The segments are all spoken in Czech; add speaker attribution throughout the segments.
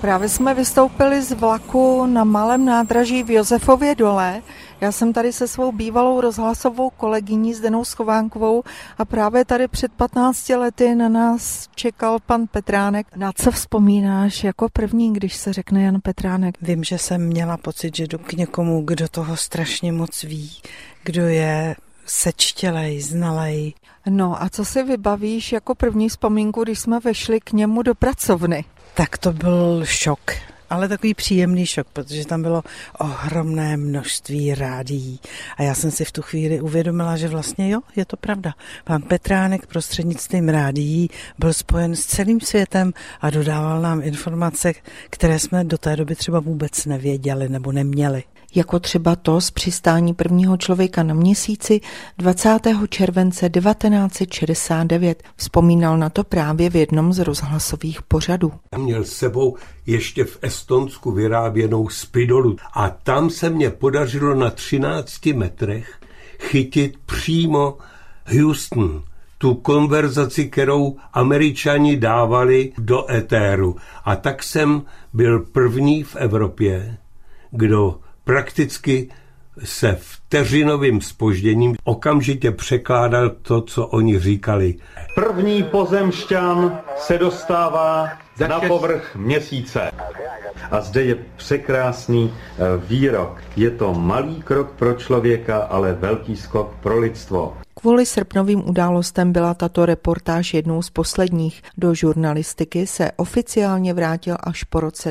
Speaker 1: Právě jsme vystoupili z vlaku na malém nádraží v Josefově dole. Já jsem tady se svou bývalou rozhlasovou kolegyní Zdenou Schovánkovou a právě tady před 15 lety na nás čekal pan Petránek. Na co vzpomínáš jako první, když se řekne Jan Petránek?
Speaker 2: Vím, že jsem měla pocit, že jdu k někomu, kdo toho strašně moc ví, kdo je sečtělej, znalej.
Speaker 1: No a co si vybavíš jako první vzpomínku, když jsme vešli k němu do pracovny?
Speaker 2: Tak to byl šok, ale takový příjemný šok, protože tam bylo ohromné množství rádií a já jsem si v tu chvíli uvědomila, že vlastně jo, je to pravda. Pan Petránek prostřednictvím rádií byl spojen s celým světem a dodával nám informace, které jsme do té doby třeba vůbec nevěděli nebo neměli.
Speaker 1: Jako třeba to z přistání prvního člověka na Měsíci 20. července 1969. Vzpomínal na to právě v jednom z rozhlasových pořadů.
Speaker 3: Měl s sebou ještě v Estonsku vyráběnou spidolu a tam se mně podařilo na 13 metrech chytit přímo Houston, tu konverzaci, kterou Američani dávali do éteru. A tak jsem byl první v Evropě, kdo prakticky se vteřinovým zpožděním okamžitě překládal to, co oni říkali.
Speaker 4: První pozemšťan se dostává na povrch Měsíce. A zde je překrásný výrok. Je to malý krok pro člověka, ale velký skok pro lidstvo.
Speaker 1: Kvůli srpnovým událostem byla tato reportáž jednou z posledních. Do žurnalistiky se oficiálně vrátil až po roce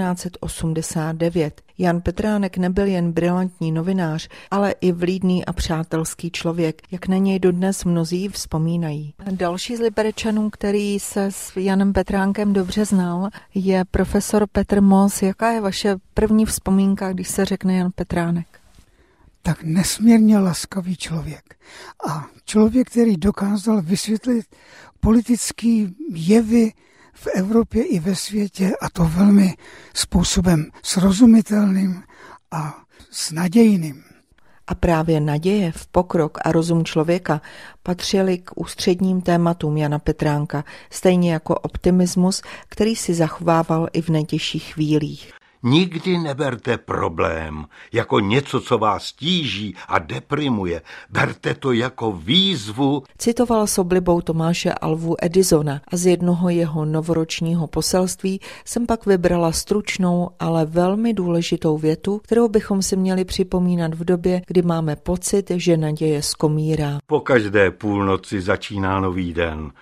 Speaker 1: 1989. Jan Petránek nebyl jen brilantní novinář, ale i vlídný a přátelský člověk, jak na něj dodnes mnozí vzpomínají. Další z Liberečanů, který se s Janem Petránkem dobře znal, je profesor Petr Moos. Jaká je vaše první vzpomínka, když se řekne Jan Petránek?
Speaker 5: Tak nesmírně laskavý člověk. A člověk, který dokázal vysvětlit politické jevy v Evropě i ve světě, a to velmi způsobem srozumitelným a s nadějným.
Speaker 1: A právě naděje v pokrok a rozum člověka patřily k ústředním tématům Jana Petránka, stejně jako optimismus, který si zachovával i v nejtěžších chvílích.
Speaker 3: Nikdy neberte problém jako něco, co vás tíží a deprimuje. Berte to jako výzvu.
Speaker 1: Citoval s oblibou Tomáše Alvu Edisona a z jednoho jeho novoročního poselství jsem pak vybrala stručnou, ale velmi důležitou větu, kterou bychom si měli připomínat v době, kdy máme pocit, že naděje skomírá.
Speaker 3: Po každé půlnoci začíná nový den.